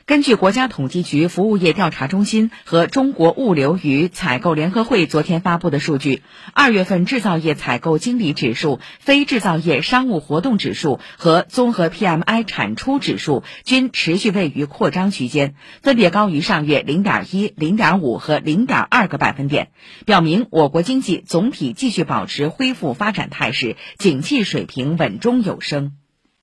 根据国家统计局服务业调查中心和中国物流与采购联合会昨天发布的数据，2月份制造业采购经理指数、非制造业商务活动指数和综合 PMI 产出指数均持续位于扩张区间，分别高于上月 0.1、0.5 和 0.2个百分点，表明我国经济总体继续保持恢复发展态势，景气水平稳中有升。